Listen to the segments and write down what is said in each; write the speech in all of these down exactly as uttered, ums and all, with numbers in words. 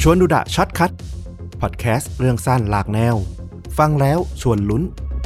ชวนดูดะช็อตคัทพอดแคสต์เรื่องสั้นหลากแนวฟังแล้วชวนลุ้น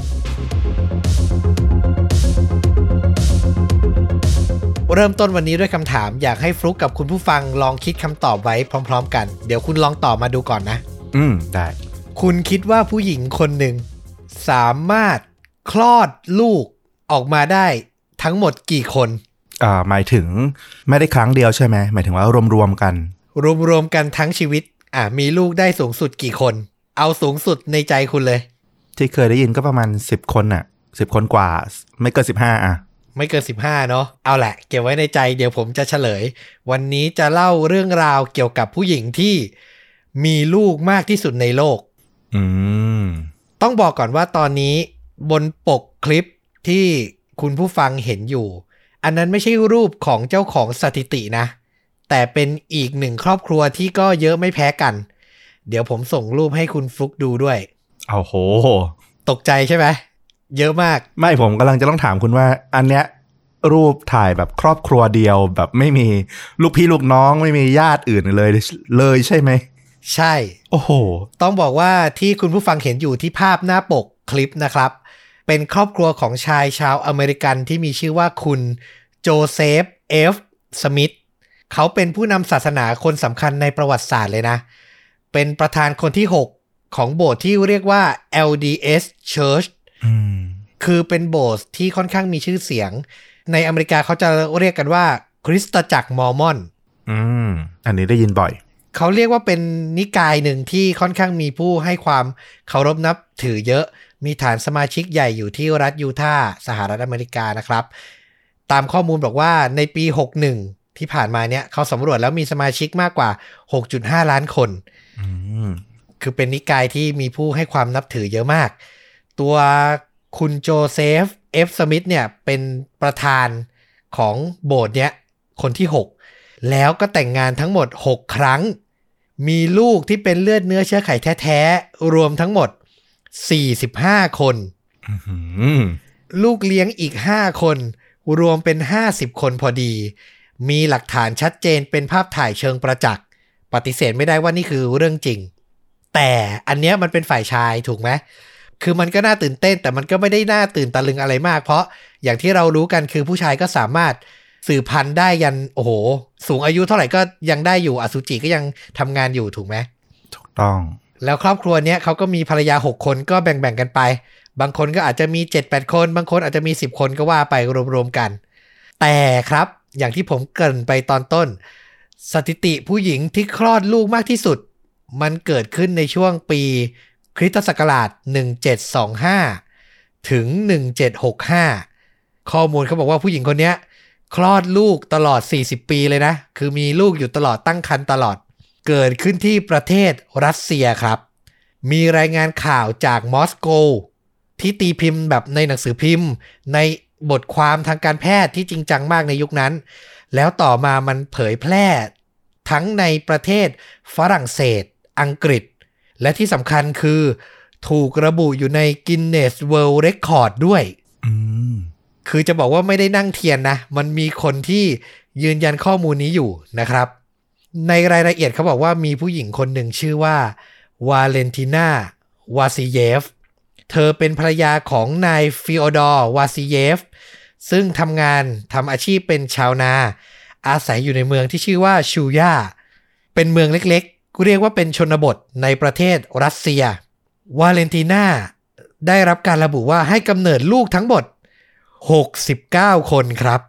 เริ่มต้นวันนี้ด้วยคำถามอยากให้ฟลุ๊กกับคุณผู้ฟังลองคิดคำตอบไว้พร้อมๆกันเดี๋ยวคุณลองตอบมาดูก่อนนะอืมได้คุณคิดว่าผู้หญิงคนหนึ่งสามารถคลอดลูกออกมาได้ทั้งหมดกี่คนอ่าหมายถึงไม่ได้ครั้งเดียวใช่ไหมหมายถึงว่ารวมๆกันรวมๆกันทั้งชีวิตอ่ะมีลูกได้สูงสุดกี่คนเอาสูงสุดในใจคุณเลยที่เคยได้ยินก็ประมาณสิบคนน่ะสิบคนกว่าไม่เกินสิบห้าอ่ะไม่เกินสิบห้าเนาะเอาแหละเก็บไว้ในใจเดี๋ยวผมจะเฉลยวันนี้จะเล่าเรื่องราวเกี่ยวกับผู้หญิงที่มีลูกมากที่สุดในโลกอืมต้องบอกก่อนว่าตอนนี้บนปกคลิปที่คุณผู้ฟังเห็นอยู่อันนั้นไม่ใช่รูปของเจ้าของสถิตินะแต่เป็นอีกหนึ่งครอบครัวที่ก็เยอะไม่แพ้กันเดี๋ยวผมส่งรูปให้คุณฟลุ๊กดูด้วยเอาโหตกใจใช่ไหมเยอะมากไม่ผมกำลังจะต้องถามคุณว่าอันเนี้ยรูปถ่ายแบบครอบครัวเดียวแบบไม่มีลูกพี่ลูกน้องไม่มีญาติอื่นเลยเลยใช่ไหมใช่โอ้โหต้องบอกว่าที่คุณผู้ฟังเห็นอยู่ที่ภาพหน้าปกคลิปนะครับเป็นครอบครัวของชายชาวอเมริกันที่มีชื่อว่าคุณโจเซฟเอฟสมิธเขาเป็นผู้นำศาสนาคนสำคัญในประวัติศาสตร์เลยนะเป็นประธานคนที่หกของโบสถ์ที่เรียกว่า แอล ดี เอส Church คือเป็นโบสถ์ที่ค่อนข้างมีชื่อเสียงในอเมริกาเขาจะเรียกกันว่าคริสตจักรมอร์มอนอืมอันนี้ได้ยินบ่อยเขาเรียกว่าเป็นนิกายหนึ่งที่ค่อนข้างมีผู้ให้ความเคารพนับถือเยอะมีฐานสมาชิกใหญ่อยู่ที่รัฐยูทาห์สหรัฐอเมริกานะครับตามข้อมูลบอกว่าในปีหกสิบเอ็ดที่ผ่านมาเนี่ยเขาสำรวจแล้วมีสมาชิกมากกว่า หกจุดห้า ล้านคนคือเป็นนิกายที่มีผู้ให้ความนับถือเยอะมากตัวคุณโจเซฟเอฟสมิธเนี่ยเป็นประธานของโบสถ์เนี้ยคนที่หกแล้วก็แต่งงานทั้งหมดหกครั้งมีลูกที่เป็นเลือดเนื้อเชื้อไขแท้ๆรวมทั้งหมดสี่สิบห้าคนลูกเลี้ยงอีกห้าคนรวมเป็นห้าสิบคนพอดีมีหลักฐานชัดเจนเป็นภาพถ่ายเชิงประจักษ์ปฏิเสธไม่ได้ว่านี่คือเรื่องจริงแต่อันเนี้ยมันเป็นฝ่ายชายถูกไหมคือมันก็น่าตื่นเต้นแต่มันก็ไม่ได้น่าตื่นตะลึงอะไรมากเพราะอย่างที่เรารู้กันคือผู้ชายก็สามารถสืบพันธุ์ได้ยันโอ้โหสูงอายุเท่าไหร่ก็ยังได้อยู่อสุจิก็ยังทำงานอยู่ถูกไหมถูกต้องแล้วครอบครัวเนี้ยเขาก็มีภรรยาหกคนก็แบ่งๆกันไปบางคนก็อาจจะมี เจ็ดแปด คนบางคนอาจจะมีสิบคนก็ว่าไปรวมๆกันแต่ครับอย่างที่ผมเกริ่นไปตอนต้นสถิติผู้หญิงที่คลอดลูกมากที่สุดมันเกิดขึ้นในช่วงปีคริสตศักราชหนึ่งพันเจ็ดร้อยยี่สิบห้าถึงหนึ่งพันเจ็ดร้อยหกสิบห้าข้อมูลเขาบอกว่าผู้หญิงคนนี้คลอดลูกตลอดสี่สิบปีเลยนะคือมีลูกอยู่ตลอดตั้งครรภ์ตลอดเกิดขึ้นที่ประเทศรัสเซียครับมีรายงานข่าวจากมอสโกที่ตีพิมพ์แบบในหนังสือพิมพ์ในบทความทางการแพทย์ที่จริงจังมากในยุคนั้นแล้วต่อมามันเผยแพร่ทั้งในประเทศฝรั่งเศสอังกฤษและที่สำคัญคือถูกระบุอยู่ใน Guinness World Record ด้วยคือจะบอกว่าไม่ได้นั่งเทียนนะมันมีคนที่ยืนยันข้อมูลนี้อยู่นะครับในรายละเอียดเขาบอกว่ามีผู้หญิงคนหนึ่งชื่อว่าวาเลนตินาวาซิเยฟเธอเป็นภรรยาของนายฟิโอดอร์วาซิเยฟซึ่งทำงานทำอาชีพเป็นชาวนาอาศัยอยู่ในเมืองที่ชื่อว่าชูยาเป็นเมืองเล็กๆเรียกว่าเป็นชนบทในประเทศรัสเซียวาเลนติน่าได้รับการระบุว่าให้กำเนิดลูกทั้งหมดหกสิบเก้าคนครับ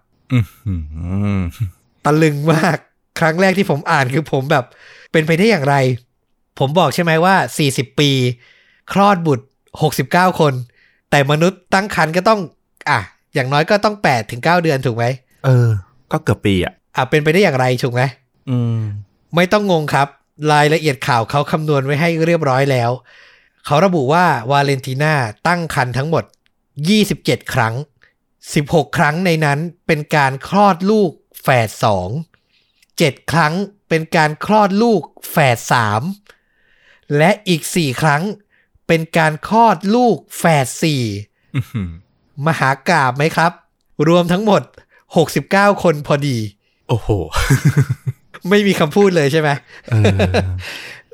ตะลึงมากครั้งแรกที่ผมอ่านคือผมแบบเป็นไปได้อย่างไรผมบอกใช่ไหมว่าสี่สิบปีคลอดบุตรหกสิบเก้าคนแต่มนุษย์ตั้งครรภ์ก็ต้องอ่ะอย่างน้อยก็ต้องแปดถึงเก้าเดือนถูกไหมเออก็เกือบปีอ่ะอ่ะเป็นไปได้อย่างไรถูกไหมอืมไม่ต้องงงครับรายละเอียดข่าวเขาคำนวณไว้ให้เรียบร้อยแล้วเขาระบุว่าวาเลนติน่าตั้งครรภ์ทั้งหมดยี่สิบเจ็ดครั้งสิบหกครั้งในนั้นเป็นการคลอดลูกแฝดสองเจ็ดครั้งเป็นการคลอดลูกแฝดสามและอีกสี่ครั้งเป็นการคลอดลูกแฝดสี่มหากาพย์ไหมครับรวมทั้งหมดหกสิบเก้าคนพอดีโอ้โหไม่มีคำพูดเลยใช่ไหม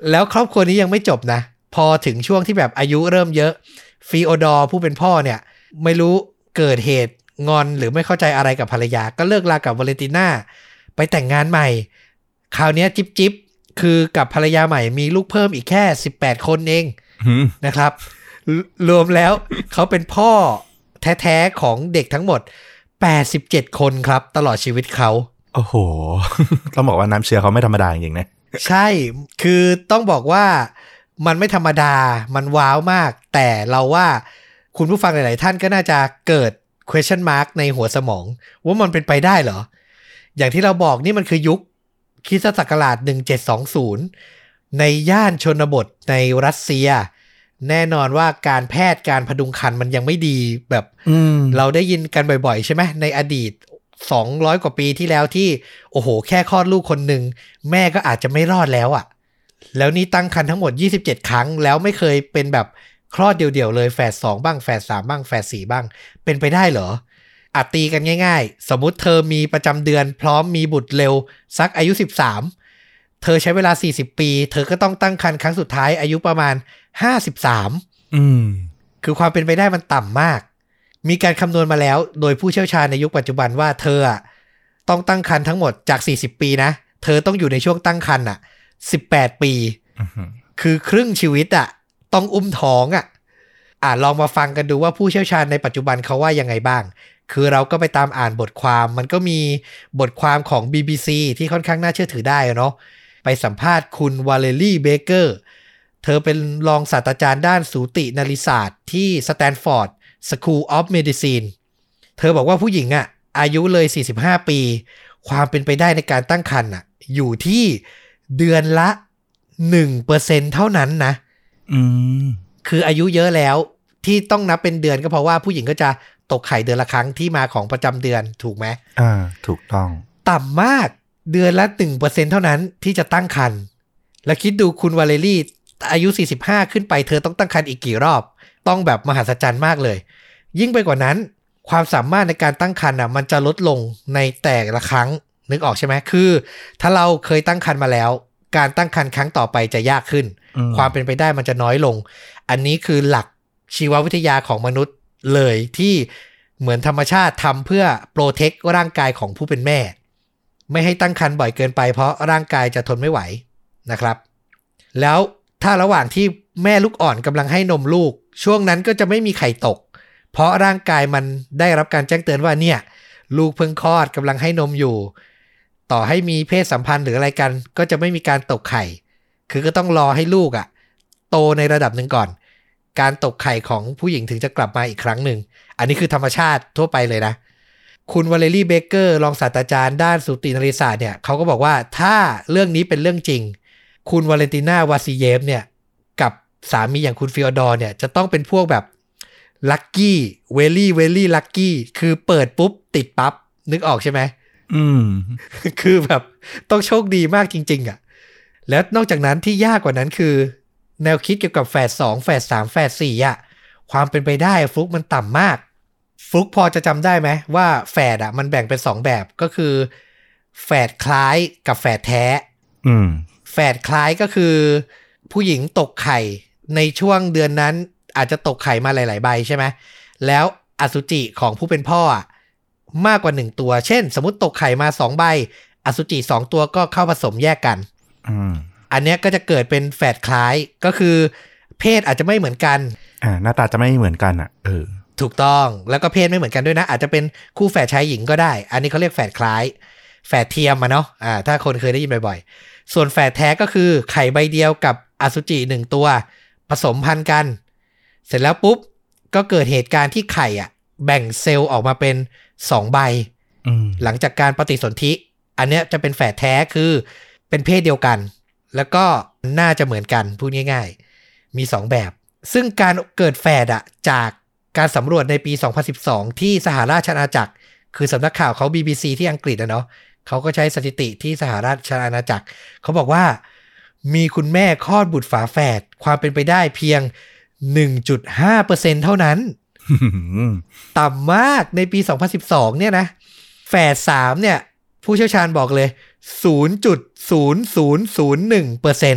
แล้วครอบครัวนี้ยังไม่จบนะพอถึงช่วงที่แบบอายุเริ่มเยอะฟีโอดอร์ผู้เป็นพ่อเนี่ยไม่รู้เกิดเหตุงอนหรือไม่เข้าใจอะไรกับภรรยาก็เลิกลากับวาเลนติน่าไปแต่งงานใหม่คราวนี้จิ๊บจิ๊บคือกับภรรยาใหม่มีลูกเพิ่มอีกแค่สิบแปดคนเองนะครับรวมแล้วเขาเป็นพ่อแท้ๆของเด็กทั้งหมดแปดสิบเจ็ดคนครับตลอดชีวิตเขาโอ้โห ต้องบอกว่าน้ำเชื้อเขาไม่ธรรมดาจริงๆนะใช่คือต้องบอกว่ามันไม่ธรรมดามันว้าวมากแต่เราว่าคุณผู้ฟังหลายๆท่านก็น่าจะเกิด question mark ในหัวสมองว่ามันเป็นไปได้เหรออย่างที่เราบอกนี่มันคือยุคคริสตศักราชหนึ่งพันเจ็ดร้อยยี่สิบในย่านชนบทในรัสเซียแน่นอนว่าการแพทย์การพดุงครรภ์มันยังไม่ดีแบบเราได้ยินกันบ่อยๆใช่ไหมในอดีตสองร้อยกว่าปีที่แล้วที่โอ้โหแค่คลอดลูกคนหนึ่งแม่ก็อาจจะไม่รอดแล้วอ่ะแล้วนี่ตั้งครรภ์ทั้งหมดยี่สิบเจ็ดครั้งแล้วไม่เคยเป็นแบบคลอดเดี่ยวๆเลยแฝดสองบ้างแฝดสามบ้างแฝดสี่บ้างเป็นไปได้เหรออาจตีกันง่ายๆสมมุติเธอมีประจำเดือนพร้อมมีบุตรเร็วสักอายุสิบสามเธอใช้เวลาสี่สิบปีเธอก็ต้องตั้งครรภ์ครั้งสุดท้ายอายุประมาณห้าสิบสามอืมคือความเป็นไปได้มันต่ำมากมีการคำนวณมาแล้วโดยผู้เชี่ยวชาญในยุคปัจจุบันว่าเธออ่ะต้องตั้งครรภ์ทั้งหมดจากสี่สิบปีนะเธอต้องอยู่ในช่วงตั้งครรภ์อ่ะสิบแปดปี uh-huh. คือครึ่งชีวิตอ่ะต้องอุ้มท้องอ่ะอ่ะลองมาฟังกันดูว่าผู้เชี่ยวชาญในปัจจุบันเขาว่ายังไงบ้างคือเราก็ไปตามอ่านบทความมันก็มีบทความของ บี บี ซี ที่ค่อนข้างน่าเชื่อถือได้เนาะไปสัมภาษณ์คุณวาเลรี่เบเกอร์เธอเป็นรองศาสตราจารย์ด้านสูตินรีศาสตร์ที่ Stanford School of Medicine เธอบอกว่าผู้หญิงอ่ะอายุเลยสี่สิบห้าปีความเป็นไปได้ในการตั้งครรภ์อ่ะอยู่ที่เดือนละ หนึ่งเปอร์เซ็นต์ เท่านั้นนะอืมคืออายุเยอะแล้วที่ต้องนับเป็นเดือนก็เพราะว่าผู้หญิงก็จะตกไข่เดือนละครั้งที่มาของประจำเดือนถูกไหมอ่าถูกต้องต่ำมากเดือนละ หนึ่งเปอร์เซ็นต์ เท่านั้นที่จะตั้งครรภ์แล้วคิดดูคุณวาเลรี่อายุสี่สิบห้าขึ้นไปเธอต้องตั้งครรภ์อีกกี่รอบต้องแบบมหัศจรรย์มากเลยยิ่งไปกว่านั้นความสามารถในการตั้งครรภ์อ่ะมันจะลดลงในแต่ละครั้งนึกออกใช่ไหมคือถ้าเราเคยตั้งครรภ์มาแล้วการตั้งครรภ์ครั้งต่อไปจะยากขึ้นความเป็นไปได้มันจะน้อยลงอันนี้คือหลักชีววิทยาของมนุษย์เลยที่เหมือนธรรมชาติทำเพื่อโปรเทคร่างกายของผู้เป็นแม่ไม่ให้ตั้งครรภ์บ่อยเกินไปเพราะร่างกายจะทนไม่ไหวนะครับแล้วถ้าระหว่างที่แม่ลูกอ่อนกำลังให้นมลูกช่วงนั้นก็จะไม่มีไข่ตกเพราะร่างกายมันได้รับการแจ้งเตือนว่าเนี่ยลูกเพิ่งคลอดกำลังให้นมอยู่ต่อให้มีเพศสัมพันธ์หรืออะไรกันก็จะไม่มีการตกไข่คือก็ต้องรอให้ลูกอ่ะโตในระดับหนึ่งก่อนการตกไข่ของผู้หญิงถึงจะกลับมาอีกครั้งหนึ่งอันนี้คือธรรมชาติทั่วไปเลยนะคุณวาเลรี่เบเกอร์รองศาสตราจารย์ด้านสูตินรีศาสตร์เนี่ยเขาก็บอกว่าถ้าเรื่องนี้เป็นเรื่องจริงคุณวาเลนติน่าวาซิเยฟเนี่ยกับสามีอย่างคุณฟิโอดอร์เนี่ยจะต้องเป็นพวกแบบลัคกี้เวลี่เวลี่ลัคกี้คือเปิดปุ๊บติดปั๊บนึกออกใช่ไหมอืมคือแบบต้องโชคดีมากจริงๆอ่ะแล้วนอกจากนั้นที่ยากกว่านั้นคือแนวคิดเกี่ยวกับแฝดสองแฝดสามแฝดสี่อ่ะความเป็นไปได้ฟลุกมันต่ำมากฟลุกพอจะจำได้ไหมว่าแฝดอ่ะมันแบ่งเป็นสองแบบก็คือแฝดคล้ายกับแฝดแท้อืมแฝดคล้ายก็คือผู้หญิงตกไข่ในช่วงเดือนนั้นอาจจะตกไข่มาหลายๆใบใช่ไหมแล้วอสุจิของผู้เป็นพ่ออ่ะมากกว่าหนึ่งตัวเช่นสมมุติตกไข่มาสองใบอสุจิสองตัวก็เข้าผสมแยกกันอืมอันเนี้ยก็จะเกิดเป็นแฝดคล้ายก็คือเพศอาจจะไม่เหมือนกันอ่าหน้าตาจะไม่เหมือนกันอ่ะเออถูกต้องแล้วก็เพศไม่เหมือนกันด้วยนะอาจจะเป็นคู่แฝดชายหญิงก็ได้อันนี้เขาเรียกแฝดคล้ายแฝดเทียมมาเนาะอ่าถ้าคนเคยได้ยินบ่อยๆส่วนแฝดแท้ก็คือไข่ใบเดียวกับอสุจิหนึ่งตัวผสมพันธุ์กันเสร็จแล้วปุ๊บก็เกิดเหตุการณ์ที่ไข่อ่ะแบ่งเซลล์ออกมาเป็นสองใบหลังจากการปฏิสนธิอันเนี้ยจะเป็นแฝดแท้คือเป็นเพศเดียวกันแล้วก็น่าจะเหมือนกันพูดง่ายๆมีสองแบบซึ่งการเกิดแฝดอ่ะจากการสำรวจในปีสองพันสิบสองที่สหราชอาณาจักรคือสำนักข่าวเขา บี บี ซี ที่อังกฤษนะเนาะเขาก็ใช้สถิติที่สหราชอาณาจักรเขาบอกว่ามีคุณแม่คลอดบุตรฝาแฝดความเป็นไปได้เพียง หนึ่งจุดห้าเปอร์เซ็นต์ เท่านั้น ต่ำมากในปีสองพันสิบสองเนี่ยนะแฝดสามเนี่ยผู้เชี่ยวชาญบอกเลย ศูนย์จุดศูนย์ศูนย์ศูนย์หนึ่งเปอร์เซ็นต์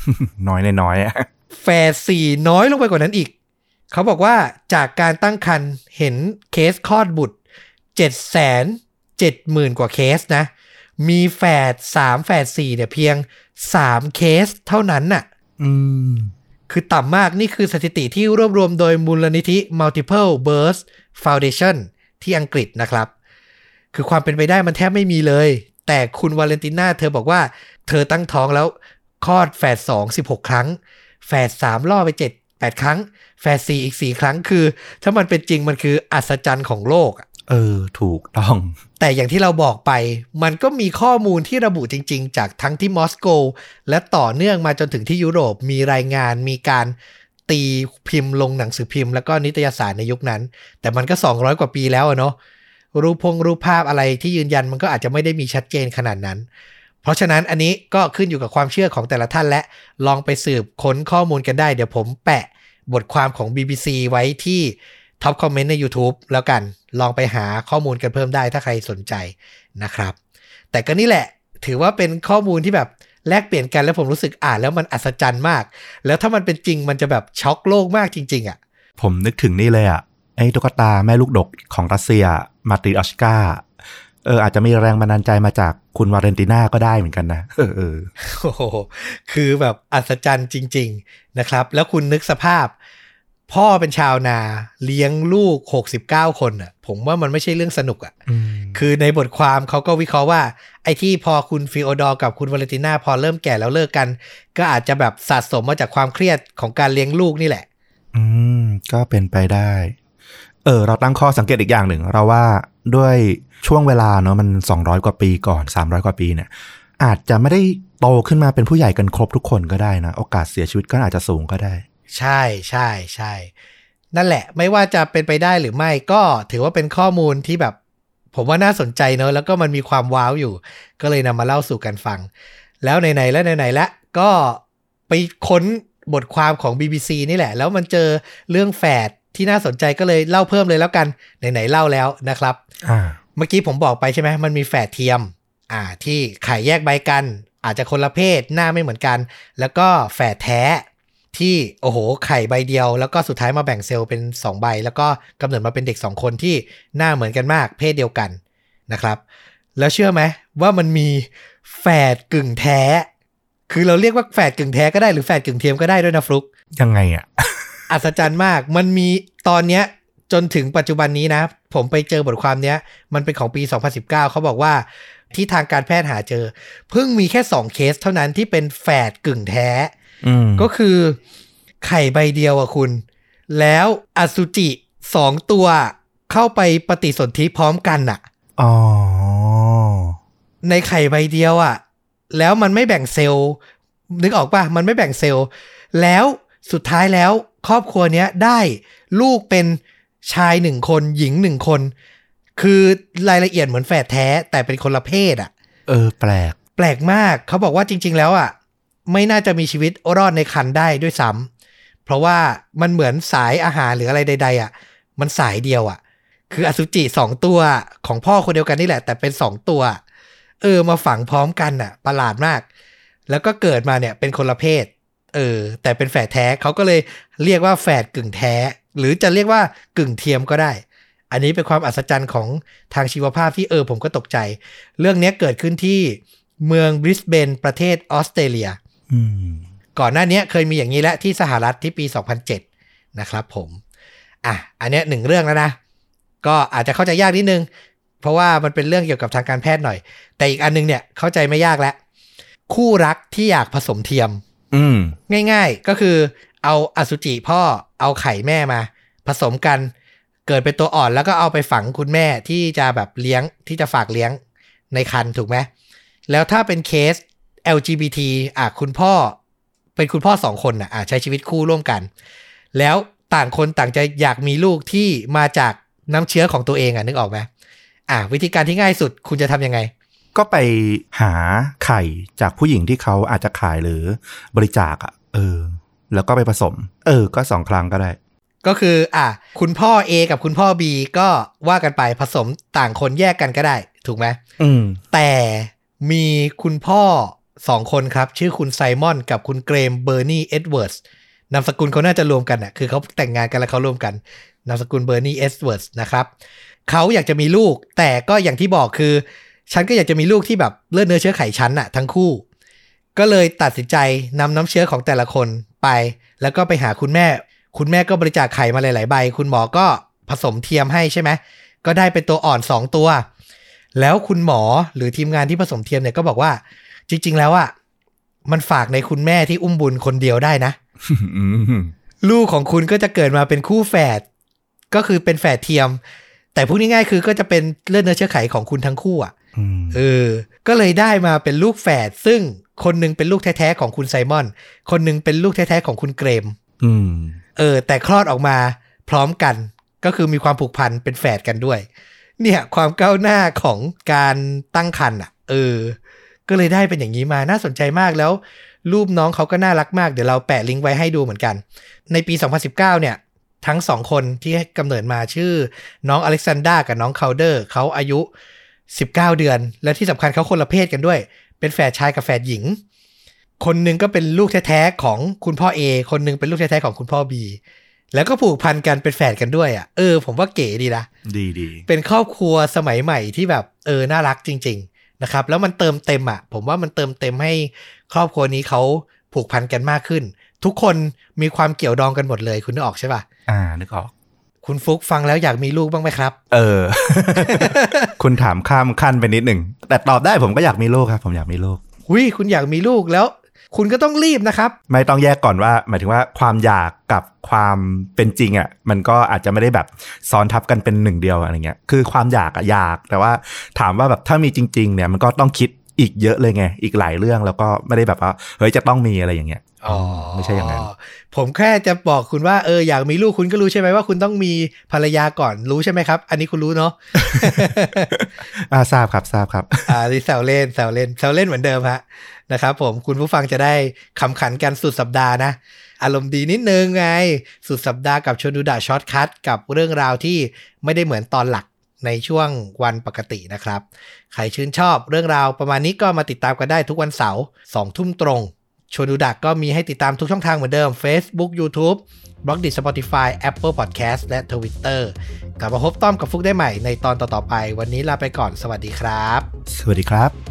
น้อยน้อยอ่ะแฝดสี่น้อยลงไปกว่านั้นอีกเขาบอกว่าจากการตั้งครรภ์เห็นเคสคลอดบุตร เจ็ดแสนเจ็ดหมื่น กว่าเคสนะมีแฝดสามแฝดสี่เนี่ยเพียงสามเคสเท่านั้นน่ะอืมคือต่ำมากนี่คือสถิติที่รวบรวมโดยมูลนิธิ Multiple Birth Foundation ที่อังกฤษนะครับคือความเป็นไปได้มันแทบไม่มีเลยแต่คุณวาเลนติน่าเธอบอกว่าเธอตั้งท้องแล้วคลอดแฝดสอง สิบหกครั้งแฝดสามล่อไปเจ็ด แปดครั้งแฝดสี่อีกสี่ครั้งคือถ้ามันเป็นจริงมันคืออัศจรรย์ของโลกเออถูกต้องแต่อย่างที่เราบอกไปมันก็มีข้อมูลที่ระบุจริงๆจากทั้งที่มอสโกและต่อเนื่องมาจนถึงที่ยุโรปมีรายงานมีการตีพิมพ์ลงหนังสือพิมพ์แล้วก็นิตยสารในยุคนั้นแต่มันก็สองร้อยกว่าปีแล้วอะเนาะรูปพงรูปภาพอะไรที่ยืนยันมันก็อาจจะไม่ได้มีชัดเจนขนาดนั้นเพราะฉะนั้นอันนี้ก็ขึ้นอยู่กับความเชื่อของแต่ละท่านและลองไปสืบค้นข้อมูลกันได้เดี๋ยวผมแปะบทความของ บี บี ซี ไว้ที่ท็อปคอมเมนต์ใน YouTube แล้วกันลองไปหาข้อมูลกันเพิ่มได้ถ้าใครสนใจนะครับแต่ก็นี่แหละถือว่าเป็นข้อมูลที่แบบแลกเปลี่ยนกันแล้วผมรู้สึกอ่านแล้วมันอัศจรรย์มากแล้วถ้ามันเป็นจริงมันจะแบบช็อกโลกมากจริงๆอ่ะผมนึกถึงนี่เลยอ่ะไอ้ตุ๊กตาแม่ลูกดกของรัสเซียมาตรีออชกาเอออาจจะมีแรงบันดาลใจมาจากคุณวาเลนติน่าก็ได้เหมือนกันนะเออเออโอ้โหคือแบบอัศจรรย์จริงๆนะครับแล้วคุณนึกสภาพพ่อเป็นชาวนาเลี้ยงลูกหกสิบเก้าคนอ่ะผมว่ามันไม่ใช่เรื่องสนุกอ่ะคือในบทความเขาก็วิเคราะห์ว่าไอ้ที่พอคุณฟิโอดอร์กับคุณวาเลนติน่าพอเริ่มแก่แล้วเลิกกันก็อาจจะแบบสะสมมาจากความเครียดของการเลี้ยงลูกนี่แหละอืมก็เป็นไปได้เออเราตั้งข้อสังเกตอีกอย่างหนึ่งเราว่าด้วยช่วงเวลาเนาะมันสองร้อยกว่าปีก่อนสามร้อยกว่าปีเนี่ยอาจจะไม่ได้โตขึ้นมาเป็นผู้ใหญ่กันครบทุกคนก็ได้นะโอกาสเสียชีวิตก็อาจจะสูงก็ได้ใช่ใช่ใช่นั่นแหละไม่ว่าจะเป็นไปได้หรือไม่ก็ถือว่าเป็นข้อมูลที่แบบผมว่าน่าสนใจเนอะแล้วก็มันมีความว้าวอยู่ก็เลยนำมาเล่าสู่กันฟังแล้วไหนๆแล้วไหนๆแล้วก็ไปค้นบทความของ บี บี ซี นี่แหละแล้วมันเจอเรื่องแฝดที่น่าสนใจก็เลยเล่าเพิ่มเลยแล้วกันไหนๆเล่าแล้วนะครับเมื่อกี้ผมบอกไปใช่ไหมมันมีแฝดเทียมอ่าที่ไข่แยกใบกันอาจจะคนละเพศหน้าไม่เหมือนกันแล้วก็แฝดแท้ที่โอ้โหไข่ใบเดียวแล้วก็สุดท้ายมาแบ่งเซลล์เป็นสองใบแล้วก็กำเนิดมาเป็นเด็กสองคนที่หน้าเหมือนกันมากเพศเดียวกันนะครับแล้วเชื่อไหมว่ามันมีแฝดกึ่งแท้คือเราเรียกว่าแฝดกึ่งแท้ก็ได้หรือแฝดกึ่งเทียมก็ได้ด้วยนะฟลุกยังไงอ่ะอัศจรรย์มากมันมีตอนเนี้ยจนถึงปัจจุบันนี้นะผมไปเจอบทความเนี้ยมันเป็นของปีสองพันสิบเก้าเขาบอกว่าที่ทางการแพทย์หาเจอเพิ่งมีแค่สองเคสเท่านั้นที่เป็นแฝดกึ่งแท้ก็คือไข่ใบเดียวอ่ะคุณแล้วอสุจิสองตัวเข้าไปปฏิสนธิพร้อมกันอ่ะอ๋อในไข่ใบเดียวอ่ะแล้วมันไม่แบ่งเซลล์นึกออกป่ะมันไม่แบ่งเซลล์แล้วสุดท้ายแล้วครอบครัวเนี้ยได้ลูกเป็นชายหนึ่งคนหญิงหนึ่งคนคือรายละเอียดเหมือนแฝดแท้แต่เป็นคนละเพศอ่ะเออแปลกแปลกมากเขาบอกว่าจริงๆแล้วอ่ะไม่น่าจะมีชีวิตรอดในครรภ์ได้ด้วยซ้ำเพราะว่ามันเหมือนสายอาหารหรืออะไรใดๆอ่ะมันสายเดียวอ่ะคืออสุจิสองตัวของพ่อคนเดียวกันนี่แหละแต่เป็นสองตัวเออมาฝังพร้อมกันอ่ะประหลาดมากแล้วก็เกิดมาเนี่ยเป็นคนละเพศเออแต่เป็นแฝดแท้เขาก็เลยเรียกว่าแฝดกึ่งแท้หรือจะเรียกว่ากึ่งเทียมก็ได้อันนี้เป็นความอัศจรรย์ของทางชีวภาพที่เออผมก็ตกใจเรื่องนี้เกิดขึ้นที่เมืองบริสเบนประเทศออสเตรเลียก่อนหน้านี้เคยมีอย่างนี้แล้วที่สหรัฐที่ปีสองพันเจ็ดนะครับผมอ่ะอันนี้หนึ่งเรื่องแล้วนะก็อาจจะเข้าใจยากนิดนึงเพราะว่ามันเป็นเรื่องเกี่ยวกับทางการแพทย์หน่อยแต่อีกอันนึงเนี่ยเข้าใจไม่ยากแล้วคู่รักที่อยากผสมเทียมง่ายๆก็คือเอาอสุจิพ่อเอาไข่แม่มาผสมกันเกิดเป็นตัวอ่อนแล้วก็เอาไปฝังคุณแม่ที่จะแบบเลี้ยงที่จะฝากเลี้ยงในครรภ์ถูกไหมแล้วถ้าเป็นเคส แอล จี บี ที อ่ะคุณพ่อเป็นคุณพ่อสองคนอ่ะใช้ชีวิตคู่ร่วมกันแล้วต่างคนต่างจะอยากมีลูกที่มาจากน้ำเชื้อของตัวเองอ่ะนึกออกไหมอ่ะวิธีการที่ง่ายสุดคุณจะทำยังไงก็ไปหาไข่จากผู้หญิงที่เขาอาจจะขายหรือบริจาคอ่ะเออแล้วก็ไปผสมเออก็สองครั้งก็ได้ก็คืออ่ะคุณพ่อ A กับคุณพ่อ B ก็ว่ากันไปผสมต่างคนแยกกันก็ได้ถูกไหมอืมแต่มีคุณพ่อสองคนครับชื่อคุณไซมอนกับคุณเกรมเบอร์นีเอ็ดเวิร์ดนามสกุลเขาน่าจะรวมกันอ่ะคือเขาแต่งงานกันแล้วเขารวมกันนามสกุลเบอร์นีเอ็ดเวิร์ดนะครับเขาอยากจะมีลูกแต่ก็อย่างที่บอกคือฉันก็อยากจะมีลูกที่แบบเลือดเนื้อเชื้อไขฉันอ่ะทั้งคู่ก็เลยตัดสินใจนำน้ำเชื้อของแต่ละคนไปแล้วก็ไปหาคุณแม่คุณแม่ก็บริจาคไข่มาหลายๆใบคุณหมอก็ผสมเทียมให้ใช่ไหมก็ได้เป็นตัวอ่อนสองตัวแล้วคุณหมอหรือทีมงานที่ผสมเทียมเนี่ยก็บอกว่าจริงๆแล้วอ่ะมันฝากในคุณแม่ที่อุ้มบุญคนเดียวได้นะ ลูกของคุณก็จะเกิดมาเป็นคู่แฝดก็คือเป็นแฝดเทียมแต่พูดง่ายๆคือก็จะเป็นเลือดเนื้อเชื้อไขของคุณทั้งคู่อ่ะเออก็เลยได้มาเป็นลูกแฝดซึ่งคนนึงเป็นลูกแท้ๆของคุณไซมอนคนนึงเป็นลูกแท้ๆของคุณเกรมเออแต่คลอดออกมาพร้อมกันก็คือมีความผูกพันเป็นแฝดกันด้วยเนี่ยความก้าวหน้าของการตั้งครรภ์อ่ะเออก็เลยได้เป็นอย่างนี้มาน่าสนใจมากแล้วรูปน้องเขาก็น่ารักมากเดี๋ยวเราแปะลิงก์ไว้ให้ดูเหมือนกันในปีสองพันสิบเก้าเนี่ยทั้งสองคนที่ให้กำเนิดมาชื่อน้องอเล็กซานดรากับน้องคาวเดอร์เขาอายุสิบเก้าเดือนและที่สำคัญเขาคนละเพศกันด้วยเป็นแฝดชายกับแฝดหญิงคนนึงก็เป็นลูกแท้ๆของคุณพ่อ A คนนึงเป็นลูกแท้ๆของคุณพ่อ B แล้วก็ผูกพันกันเป็นแฝดกันด้วยอ่ะเออผมว่าเก๋ดีนะดีดีเป็นครอบครัวสมัยใหม่ที่แบบเออน่ารักจริงๆนะครับแล้วมันเติมเต็มอ่ะผมว่ามันเติมเต็มให้ครอบครัวนี้เขาผูกพันกันมากขึ้นทุกคนมีความเกี่ยวดองกันหมดเลยคุณนึกออกใช่ป่ะอ่านึกออกคุณฟุกฟังแล้วอยากมีลูกบ้างไหมครับเออ คุณถามข้ามขั้นไปนิดหนึ่งแต่ตอบได้ผมก็อยากมีลูกครับผมอยากมีลูกอุ้ยคุณอยากมีลูกแล้วคุณก็ต้องรีบนะครับไม่ต้องแยกก่อนว่าหมายถึงว่าความอยากกับความเป็นจริงอ่ะมันก็อาจจะไม่ได้แบบซ้อนทับกันเป็นหนึ่งเดียวอะไรเงี้ยคือความอยากอ่ะอยากแต่ว่าถามว่าแบบถ้ามีจริงๆเนี่ยมันก็ต้องคิดอีกเยอะเลยไงอีกหลายเรื่องแล้วก็ไม่ได้แบบว่าเฮ้ยจะต้องมีอะไรอย่างเงี้ยอ๋อไม่ใช่อย่างนั้นผมแค่จะบอกคุณว่าเอออยากมีลูกคุณก็รู้ใช่ไหมว่าคุณต้องมีภรรยาก่อนรู้ใช่ไหมครับอันนี้คุณรู้เนาะอ่าทราบครับทราบครับอ่าแซวเล่นแซวเล่นแซวเล่นเหมือนเดิมฮะนะครับผมคุณผู้ฟังจะได้ขำขันกันสุดสัปดาห์นะอารมณ์ดีนิดนึงไงสุดสัปดาห์กับชวนดูดะช็อตคัทกับเรื่องราวที่ไม่ได้เหมือนตอนหลักในช่วงวันปกตินะครับใครชื่นชอบเรื่องราวประมาณนี้ก็มาติดตามกันได้ทุกวันเสาร์สองทุ่มตรงชวนดูดะก็มีให้ติดตามทุกช่องทางเหมือนเดิม Facebook YouTube Blogdit Spotify Apple Podcast และ Twitter กลับมาพบต้อมกับฟุกได้ใหม่ในตอนต่อๆไปวันนี้ลาไปก่อนสวัสดีครับสวัสดีครับ